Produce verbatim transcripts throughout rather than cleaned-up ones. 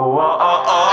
Oh, oh, oh, oh.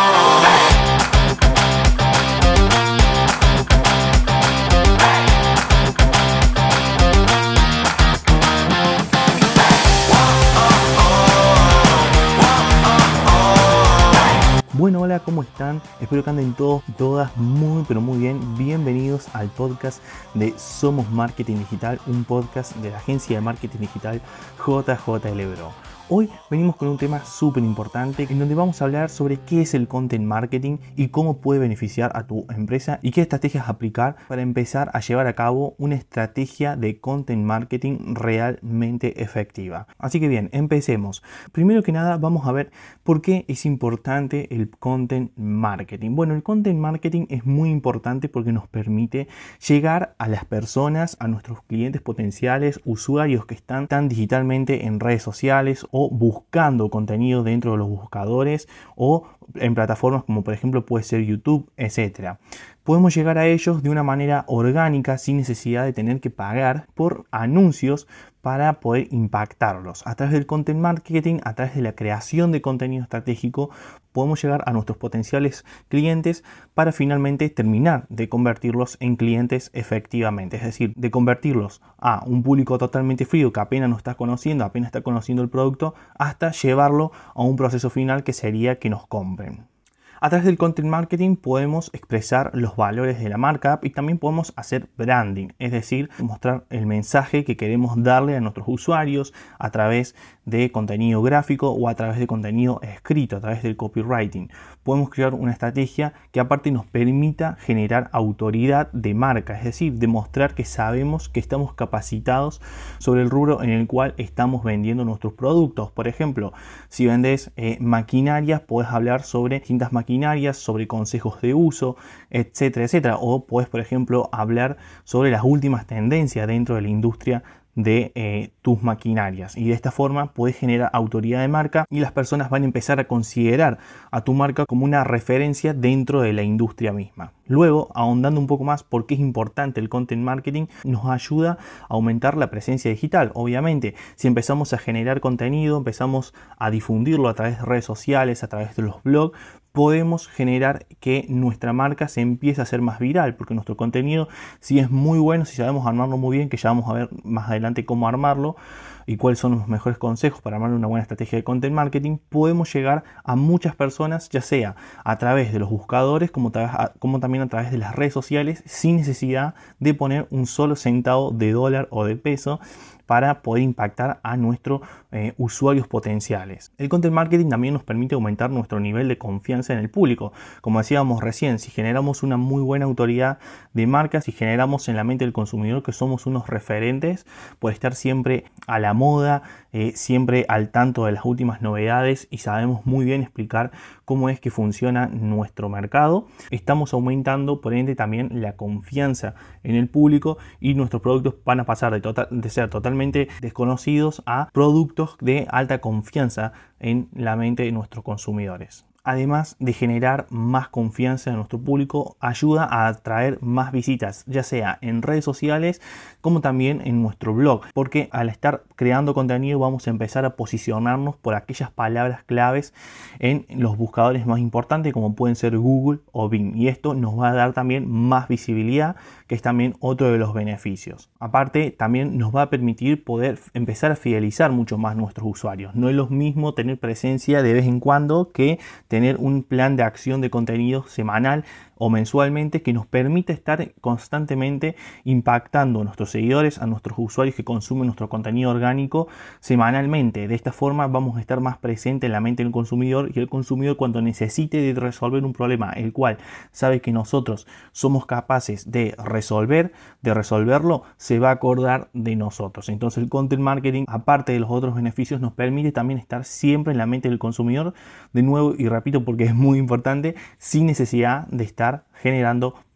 Bueno, hola, ¿cómo están? Espero que anden todos y todas muy, pero muy bien. Bienvenidos al podcast de Somos Marketing Digital, un podcast de la agencia de marketing digital J J L Bro. Hoy venimos con un tema súper importante en donde vamos a hablar sobre qué es el content marketing y cómo puede beneficiar a tu empresa y qué estrategias aplicar para empezar a llevar a cabo una estrategia de content marketing realmente efectiva. Así que bien, empecemos. Primero que nada vamos a ver por qué es importante el content marketing. Bueno, el content marketing es muy importante porque nos permite llegar a las personas, a nuestros clientes potenciales, usuarios que están tan digitalmente en redes sociales o buscando contenido dentro de los buscadores o en plataformas como por ejemplo puede ser YouTube, etcétera. Podemos llegar a ellos de una manera orgánica sin necesidad de tener que pagar por anuncios para poder impactarlos. A través del content marketing, a través de la creación de contenido estratégico, podemos llegar a nuestros potenciales clientes para finalmente terminar de convertirlos en clientes efectivamente. Es decir, de convertirlos a un público totalmente frío que apenas nos está conociendo, apenas está conociendo el producto, hasta llevarlo a un proceso final que sería que nos compren. A través del content marketing podemos expresar los valores de la marca y también podemos hacer branding, es decir, mostrar el mensaje que queremos darle a nuestros usuarios a través de contenido gráfico o a través de contenido escrito, a través del copywriting. Podemos crear una estrategia que aparte nos permita generar autoridad de marca, es decir, demostrar que sabemos que estamos capacitados sobre el rubro en el cual estamos vendiendo nuestros productos. Por ejemplo, si vendes eh, maquinarias, puedes hablar sobre distintas maquinarias, sobre consejos de uso, etcétera, etcétera. O puedes, por ejemplo, hablar sobre las últimas tendencias dentro de la industria de eh, tus maquinarias, y de esta forma puedes generar autoridad de marca y las personas van a empezar a considerar a tu marca como una referencia dentro de la industria misma. Luego, ahondando un poco más por qué es importante el content marketing, nos ayuda a aumentar la presencia digital. Obviamente, si empezamos a generar contenido, empezamos a difundirlo a través de redes sociales, a través de los blogs, podemos generar que nuestra marca se empiece a hacer más viral, porque nuestro contenido, si es muy bueno, si sabemos armarlo muy bien, que ya vamos a ver más adelante cómo armarlo y cuáles son los mejores consejos para armar una buena estrategia de content marketing, podemos llegar a muchas personas, ya sea a través de los buscadores como, como también a través de las redes sociales, sin necesidad de poner un solo centavo de dólar o de peso para poder impactar a nuestros eh, usuarios potenciales. El content marketing también nos permite aumentar nuestro nivel de confianza en el público. Como decíamos recién, si generamos una muy buena autoridad de marca, si generamos en la mente del consumidor que somos unos referentes por estar siempre a la moda, eh, siempre al tanto de las últimas novedades y sabemos muy bien explicar cómo es que funciona nuestro mercado, estamos aumentando por ende también la confianza en el público y nuestros productos van a pasar de, total, de ser totalmente desconocidos a productos de alta confianza en la mente de nuestros consumidores. Además de generar más confianza en nuestro público, ayuda a atraer más visitas, ya sea en redes sociales como también en nuestro blog, porque al estar creando contenido vamos a empezar a posicionarnos por aquellas palabras claves en los buscadores más importantes como pueden ser Google o Bing, y esto nos va a dar también más visibilidad, que es también otro de los beneficios. Aparte, también nos va a permitir poder empezar a fidelizar mucho más nuestros usuarios. No es lo mismo tener presencia de vez en cuando que tener un plan de acción de contenido semanal o mensualmente que nos permite estar constantemente impactando a nuestros seguidores, a nuestros usuarios que consumen nuestro contenido orgánico semanalmente. De esta forma vamos a estar más presente en la mente del consumidor, y el consumidor, cuando necesite de resolver un problema el cual sabe que nosotros somos capaces de resolver, de resolverlo, se va a acordar de nosotros. Entonces el content marketing, aparte de los otros beneficios, nos permite también estar siempre en la mente del consumidor, de nuevo y repito porque es muy importante, sin necesidad de estar generando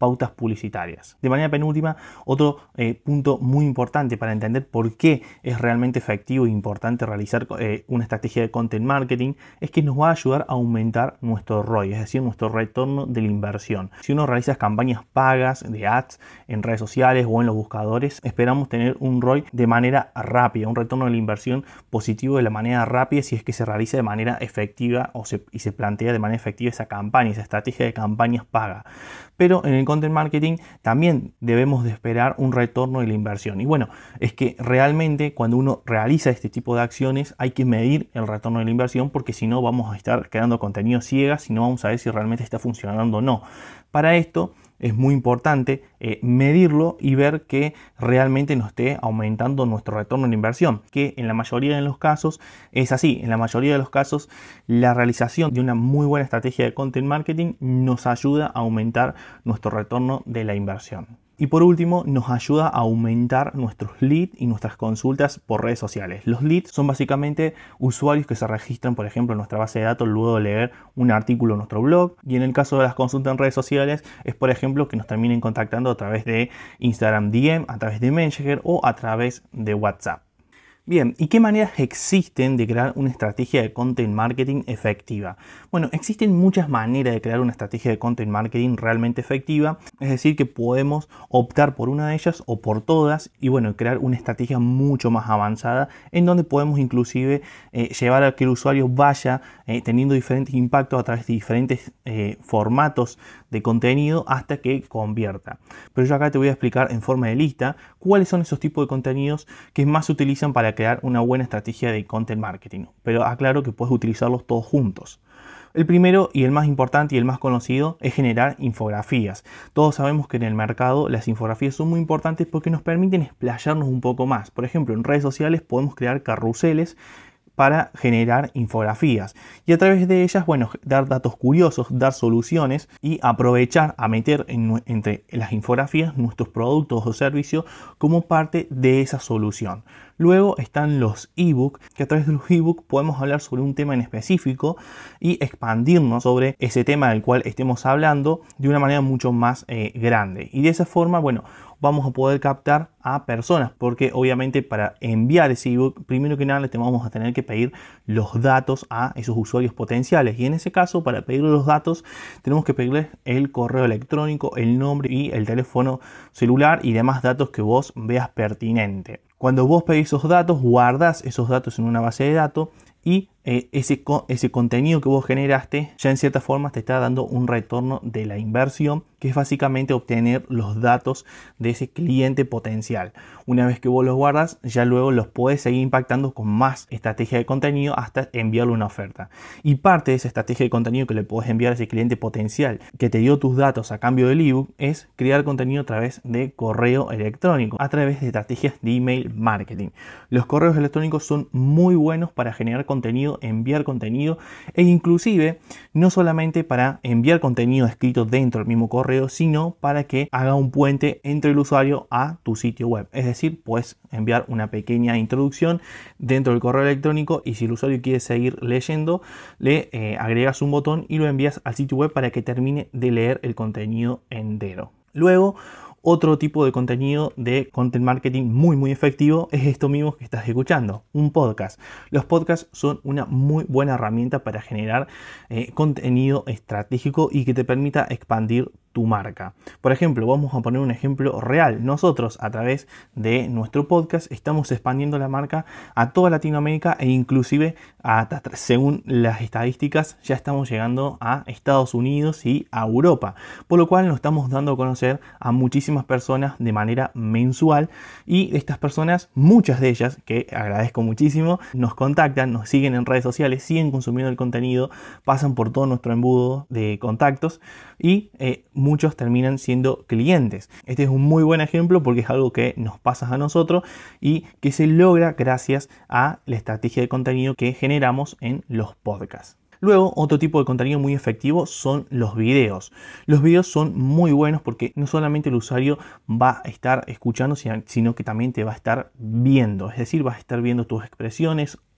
pautas publicitarias. De manera penúltima, otro eh, punto muy importante para entender por qué es realmente efectivo e importante realizar eh, una estrategia de content marketing es que nos va a ayudar a aumentar nuestro R O I, es decir, nuestro retorno de la inversión. Si uno realiza campañas pagas de ads en redes sociales o en los buscadores, esperamos tener un R O I de manera rápida, un retorno de la inversión positivo de la manera rápida si es que se realiza de manera efectiva o se, y se plantea de manera efectiva esa campaña, esa estrategia de campañas paga. Pero en el content marketing también debemos de esperar un retorno de la inversión. Y bueno, es que realmente cuando uno realiza este tipo de acciones hay que medir el retorno de la inversión, porque si no vamos a estar creando contenido ciegas y no vamos a ver si realmente está funcionando o no. Para esto es muy importante eh, medirlo y ver que realmente nos esté aumentando nuestro retorno en inversión, que en la mayoría de los casos es así. En la mayoría de los casos la realización de una muy buena estrategia de content marketing nos ayuda a aumentar nuestro retorno de la inversión. Y por último, nos ayuda a aumentar nuestros leads y nuestras consultas por redes sociales. Los leads son básicamente usuarios que se registran, por ejemplo, en nuestra base de datos luego de leer un artículo en nuestro blog. Y en el caso de las consultas en redes sociales, es por ejemplo que nos terminen contactando a través de Instagram D M, a través de Messenger o a través de WhatsApp. Bien, ¿y qué maneras existen de crear una estrategia de content marketing efectiva? Bueno, existen muchas maneras de crear una estrategia de content marketing realmente efectiva, es decir, que podemos optar por una de ellas o por todas y bueno, crear una estrategia mucho más avanzada en donde podemos inclusive eh, llevar a que el usuario vaya eh, teniendo diferentes impactos a través de diferentes eh, formatos de contenido hasta que convierta. Pero yo acá te voy a explicar en forma de lista cuáles son esos tipos de contenidos que más se utilizan para crear una buena estrategia de content marketing. Pero aclaro que puedes utilizarlos todos juntos. El primero y el más importante y el más conocido es generar infografías. Todos sabemos que en el mercado las infografías son muy importantes porque nos permiten explayarnos un poco más. Por ejemplo, en redes sociales podemos crear carruseles para generar infografías y a través de ellas, bueno, dar datos curiosos, dar soluciones y aprovechar a meter en, entre las infografías nuestros productos o servicios como parte de esa solución. Luego están los ebooks, que a través de los ebooks podemos hablar sobre un tema en específico y expandirnos sobre ese tema del cual estemos hablando de una manera mucho más eh, grande. Y de esa forma, bueno, vamos a poder captar a personas, porque obviamente para enviar ese ebook, primero que nada le vamos a tener que pedir los datos a esos usuarios potenciales. Y en ese caso, para pedirle los datos, tenemos que pedirles el correo electrónico, el nombre y el teléfono celular y demás datos que vos veas pertinente. Cuando vos pedís esos datos, guardás esos datos en una base de datos y eh, ese, ese contenido que vos generaste ya en cierta forma te está dando un retorno de la inversión, que es básicamente obtener los datos de ese cliente potencial. Una vez que vos los guardas, ya luego los podés seguir impactando con más estrategia de contenido hasta enviarle una oferta. Y parte de esa estrategia de contenido que le podés enviar a ese cliente potencial que te dio tus datos a cambio del ebook es crear contenido a través de correo electrónico, a través de estrategias de email marketing. Los correos electrónicos son muy buenos para generar contenido, enviar contenido e inclusive no solamente para enviar contenido escrito dentro del mismo correo, sino para que haga un puente entre el usuario a tu sitio web. Es decir, puedes enviar una pequeña introducción dentro del correo electrónico y si el usuario quiere seguir leyendo, le eh, agregas un botón y lo envías al sitio web para que termine de leer el contenido entero. Luego, otro tipo de contenido de content marketing muy muy efectivo es esto mismo que estás escuchando, un podcast. Los podcasts son una muy buena herramienta para generar eh, contenido estratégico y que te permita expandir tu marca. Por ejemplo, vamos a poner un ejemplo real. Nosotros a través de nuestro podcast estamos expandiendo la marca a toda Latinoamérica e inclusive a, según las estadísticas ya estamos llegando a Estados Unidos y a Europa, por lo cual nos estamos dando a conocer a muchísimas personas de manera mensual y estas personas, muchas de ellas, que agradezco muchísimo, nos contactan, nos siguen en redes sociales, siguen consumiendo el contenido, pasan por todo nuestro embudo de contactos y eh, muchos terminan siendo clientes. Este es un muy buen ejemplo porque es algo que nos pasa a nosotros y que se logra gracias a la estrategia de contenido que generamos en los podcasts. Luego, otro tipo de contenido muy efectivo son los videos. Los videos son muy buenos porque no solamente el usuario va a estar escuchando, sino que también te va a estar viendo. Es decir, vas a estar viendo tus expresiones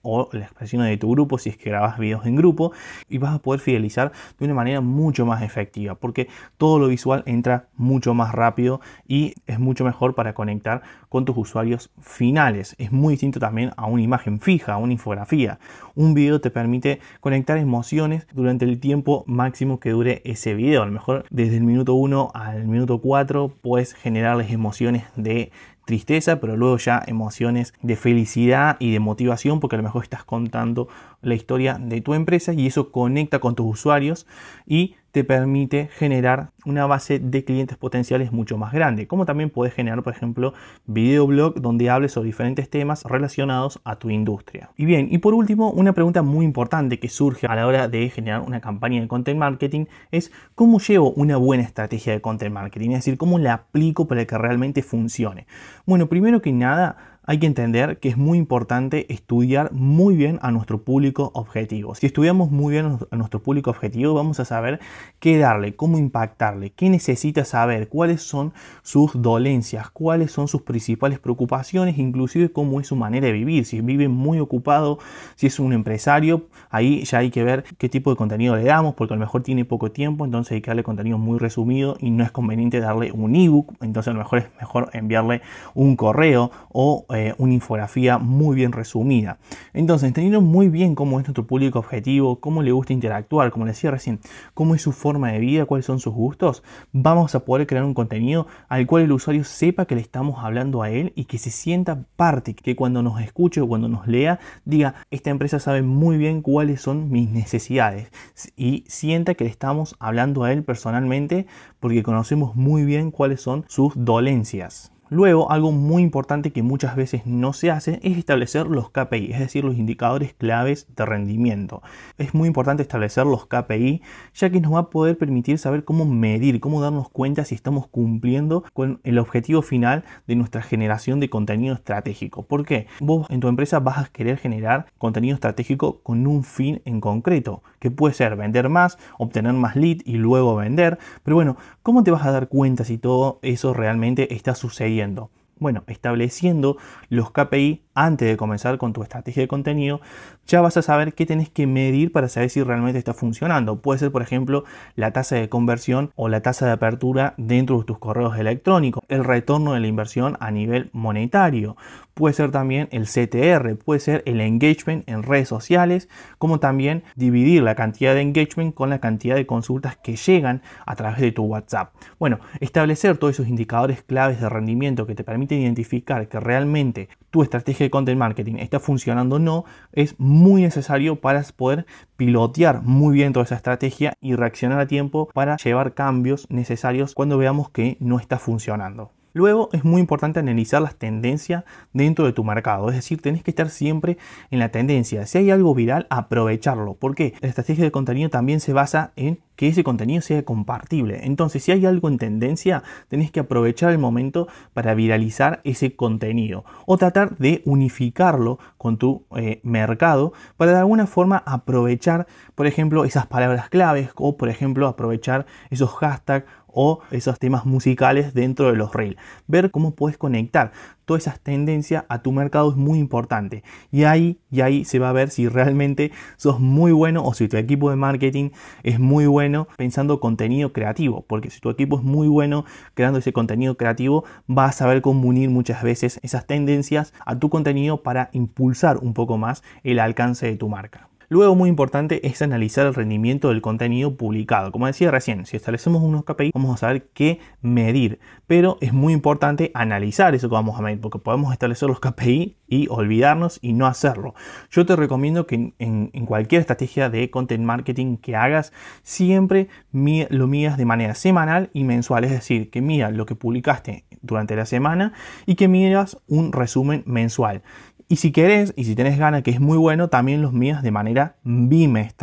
o las expresiones de tu grupo si es que grabas videos en grupo, y vas a poder fidelizar de una manera mucho más efectiva porque todo lo visual entra mucho más rápido y es mucho mejor para conectar con tus usuarios finales. Es muy distinto también a una imagen fija, a una infografía. Un video te permite conectar emociones durante el tiempo máximo que dure ese video. A lo mejor desde el minuto uno al minuto cuatro puedes generarles emociones de tristeza, pero luego ya emociones de felicidad y de motivación, porque a lo mejor estás contando la historia de tu empresa y eso conecta con tus usuarios y te permite generar una base de clientes potenciales mucho más grande. Como también puedes generar, por ejemplo, videoblog donde hables sobre diferentes temas relacionados a tu industria. Y bien, y por último, una pregunta muy importante que surge a la hora de generar una campaña de content marketing es ¿cómo llevo una buena estrategia de content marketing? Es decir, ¿cómo la aplico para que realmente funcione? Bueno, primero que nada, hay que entender que es muy importante estudiar muy bien a nuestro público objetivo. Si estudiamos muy bien a nuestro público objetivo, vamos a saber qué darle, cómo impactarle, qué necesita saber, cuáles son sus dolencias, cuáles son sus principales preocupaciones, inclusive cómo es su manera de vivir. Si vive muy ocupado, si es un empresario, ahí ya hay que ver qué tipo de contenido le damos, porque a lo mejor tiene poco tiempo, entonces hay que darle contenido muy resumido y no es conveniente darle un ebook, entonces a lo mejor es mejor enviarle un correo o Eh, una infografía muy bien resumida. Entonces, entendiendo muy bien cómo es nuestro público objetivo, cómo le gusta interactuar, como les decía recién, cómo es su forma de vida, cuáles son sus gustos, vamos a poder crear un contenido al cual el usuario sepa que le estamos hablando a él y que se sienta parte, que cuando nos escuche o cuando nos lea, diga, esta empresa sabe muy bien cuáles son mis necesidades y sienta que le estamos hablando a él personalmente porque conocemos muy bien cuáles son sus dolencias. Luego, algo muy importante que muchas veces no se hace es establecer los K P I, es decir, los indicadores claves de rendimiento. Es muy importante establecer los K P I, ya que nos va a poder permitir saber cómo medir, cómo darnos cuenta si estamos cumpliendo con el objetivo final de nuestra generación de contenido estratégico. ¿Por qué? Vos en tu empresa vas a querer generar contenido estratégico con un fin en concreto, que puede ser vender más, obtener más lead y luego vender. Pero bueno, ¿cómo te vas a dar cuenta si todo eso realmente está sucediendo? Bueno, estableciendo los K P I antes de comenzar con tu estrategia de contenido, ya vas a saber qué tenés que medir para saber si realmente está funcionando. Puede ser, por ejemplo, la tasa de conversión o la tasa de apertura dentro de tus correos electrónicos, el retorno de la inversión a nivel monetario. Puede ser también el C T R, puede ser el engagement en redes sociales, como también dividir la cantidad de engagement con la cantidad de consultas que llegan a través de tu WhatsApp. Bueno, establecer todos esos indicadores claves de rendimiento que te permiten identificar que realmente tu estrategia de content marketing está funcionando o no, es muy necesario para poder pilotear muy bien toda esa estrategia y reaccionar a tiempo para llevar cambios necesarios cuando veamos que no está funcionando. Luego es muy importante analizar las tendencias dentro de tu mercado, es decir, tenés que estar siempre en la tendencia. Si hay algo viral, aprovecharlo. ¿Por qué? La estrategia de contenido también se basa en que ese contenido sea compartible. Entonces, si hay algo en tendencia, tenés que aprovechar el momento para viralizar ese contenido o tratar de unificarlo con tu eh, mercado para de alguna forma aprovechar, por ejemplo, esas palabras claves o, por ejemplo, aprovechar esos hashtags o esos temas musicales dentro de los reels. Ver cómo puedes conectar todas esas tendencias a tu mercado es muy importante. Y ahí, y ahí se va a ver si realmente sos muy bueno o si tu equipo de marketing es muy bueno pensando contenido creativo. Porque si tu equipo es muy bueno creando ese contenido creativo, vas a saber cómo unir muchas veces esas tendencias a tu contenido para impulsar un poco más el alcance de tu marca. Luego, muy importante es analizar el rendimiento del contenido publicado. Como decía recién, si establecemos unos K P I, vamos a saber qué medir. Pero es muy importante analizar eso que vamos a medir, porque podemos establecer los K P I y olvidarnos y no hacerlo. Yo te recomiendo que en, en cualquier estrategia de content marketing que hagas, siempre lo midas de manera semanal y mensual. Es decir, que midas lo que publicaste durante la semana y que midas un resumen mensual. Y si querés, y si tenés ganas, que es muy bueno, también los midas de manera bimestral.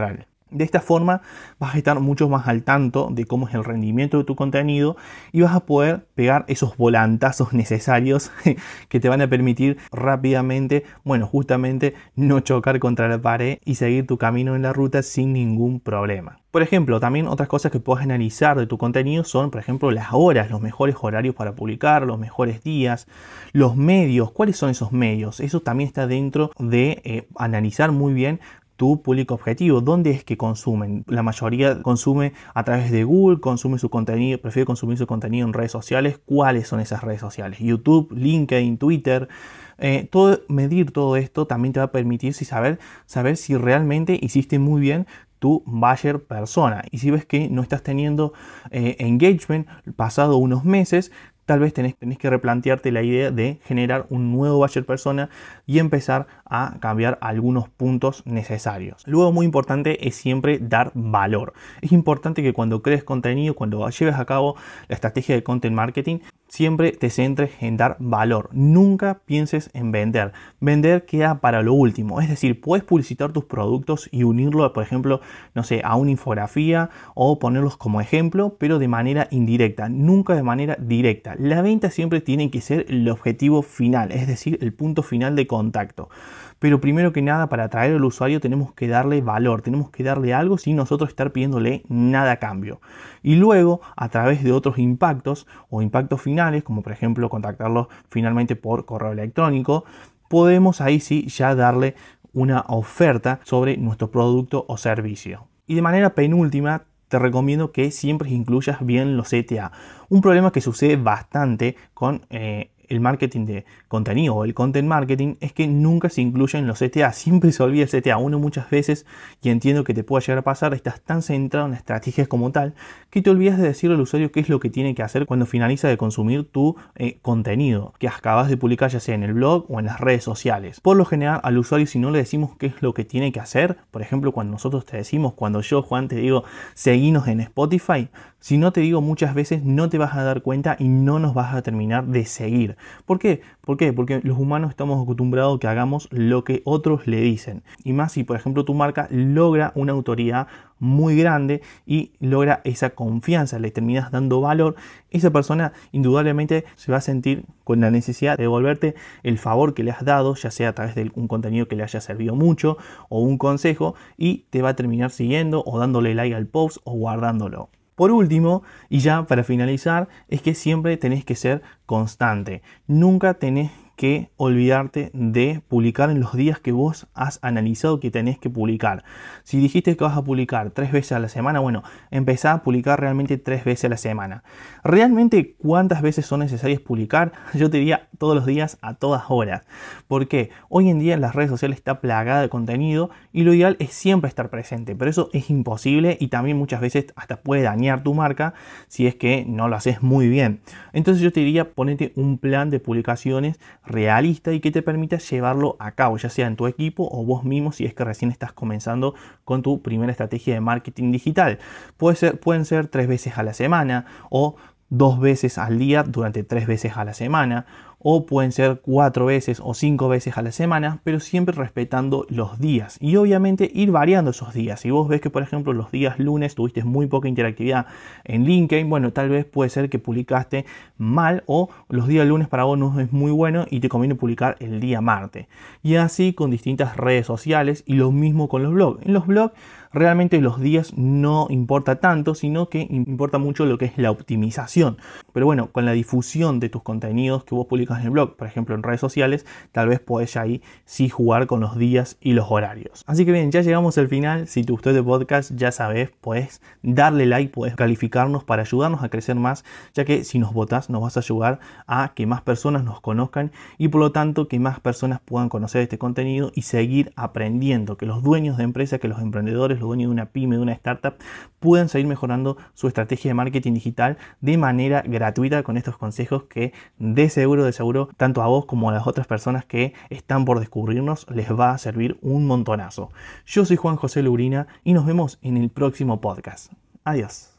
De esta forma vas a estar mucho más al tanto de cómo es el rendimiento de tu contenido y vas a poder pegar esos volantazos necesarios que te van a permitir rápidamente, bueno, justamente no chocar contra la pared y seguir tu camino en la ruta sin ningún problema. Por ejemplo, también otras cosas que puedes analizar de tu contenido son, por ejemplo, las horas, los mejores horarios para publicar, los mejores días, los medios, ¿cuáles son esos medios? Eso también está dentro de eh, analizar muy bien tu público objetivo, dónde es que consumen. La mayoría consume a través de Google, consume su contenido, prefiere consumir su contenido en redes sociales. ¿Cuáles son esas redes sociales? YouTube, LinkedIn, Twitter. Eh, todo, medir todo esto también te va a permitir si saber, saber si realmente hiciste muy bien tu buyer persona. Y si ves que no estás teniendo eh, engagement pasado unos meses, tal vez tenés, tenés que replantearte la idea de generar un nuevo buyer persona y empezar a cambiar algunos puntos necesarios. Luego, muy importante es siempre dar valor. Es importante que cuando crees contenido, cuando lleves a cabo la estrategia de content marketing, siempre te centres en dar valor. Nunca pienses en vender. Vender queda para lo último. Es decir, puedes publicitar tus productos y unirlo, por ejemplo, no sé, a una infografía o ponerlos como ejemplo, pero de manera indirecta, nunca de manera directa. La venta siempre tiene que ser el objetivo final, es decir, el punto final de contacto. Pero primero que nada, para atraer al usuario tenemos que darle valor, tenemos que darle algo sin nosotros estar pidiéndole nada a cambio. Y luego, a través de otros impactos o impactos finales, como por ejemplo contactarlos finalmente por correo electrónico, podemos ahí sí ya darle una oferta sobre nuestro producto o servicio. Y de manera penúltima, te recomiendo que siempre incluyas bien los C T A. Un problema que sucede bastante con eh, el marketing de contenido o el content marketing es que nunca se incluyen los C T A. Siempre se olvida el C T A. Uno muchas veces, y entiendo que te pueda llegar a pasar, estás tan centrado en la estrategia como tal que te olvidas de decirle al usuario qué es lo que tiene que hacer cuando finaliza de consumir tu eh, contenido que acabas de publicar, ya sea en el blog o en las redes sociales. Por lo general, al usuario, si no le decimos qué es lo que tiene que hacer, por ejemplo, cuando nosotros te decimos, cuando yo, Juan, te digo seguinos en Spotify, si no te digo muchas veces, no te vas a dar cuenta y no nos vas a terminar de seguir. ¿Por qué? ¿Por qué? Porque los humanos estamos acostumbrados a que hagamos lo que otros le dicen. Y más si, por ejemplo, tu marca logra una autoridad muy grande y logra esa confianza, le terminas dando valor, esa persona indudablemente se va a sentir con la necesidad de devolverte el favor que le has dado, ya sea a través de un contenido que le haya servido mucho o un consejo, y te va a terminar siguiendo o dándole like al post o guardándolo. Por último, y ya para finalizar, es que siempre tenés que ser constante. Nunca tenés que olvidarte de publicar en los días que vos has analizado que tenés que publicar. Si dijiste que vas a publicar tres veces a la semana, bueno, empezá a publicar realmente tres veces a la semana. ¿Realmente cuántas veces son necesarias publicar? Yo te diría todos los días, a todas horas. Porque hoy en día en las redes sociales está plagada de contenido y lo ideal es siempre estar presente, pero eso es imposible y también muchas veces hasta puede dañar tu marca si es que no lo haces muy bien. Entonces yo te diría, ponete un plan de publicaciones realista y que te permita llevarlo a cabo, ya sea en tu equipo o vos mismo si es que recién estás comenzando con tu primera estrategia de marketing digital. Puede ser, pueden ser tres veces a la semana o dos veces al día durante tres veces a la semana, o pueden ser cuatro veces o cinco veces a la semana, pero siempre respetando los días y obviamente ir variando esos días. Si vos ves que, por ejemplo, los días lunes tuviste muy poca interactividad en LinkedIn, bueno, tal vez puede ser que publicaste mal o los días lunes para vos no es muy bueno y te conviene publicar el día martes. Y así con distintas redes sociales, y lo mismo con los blogs. En los blogs realmente los días no importa tanto, sino que importa mucho lo que es la optimización. Pero bueno, con la difusión de tus contenidos que vos publicas en el blog, por ejemplo en redes sociales, tal vez podés ya ahí sí jugar con los días y los horarios. Así que bien, ya llegamos al final. Si te gustó este podcast, ya sabes, podés darle like, podés calificarnos para ayudarnos a crecer más, ya que si nos votás nos vas a ayudar a que más personas nos conozcan y por lo tanto que más personas puedan conocer este contenido y seguir aprendiendo, que los dueños de empresas, que los emprendedores, los dueños de una pyme, de una startup, puedan seguir mejorando su estrategia de marketing digital de manera gratuita con estos consejos que de seguro, de seguro, tanto a vos como a las otras personas que están por descubrirnos, les va a servir un montonazo. Yo soy Juan José Lurina y nos vemos en el próximo podcast. Adiós.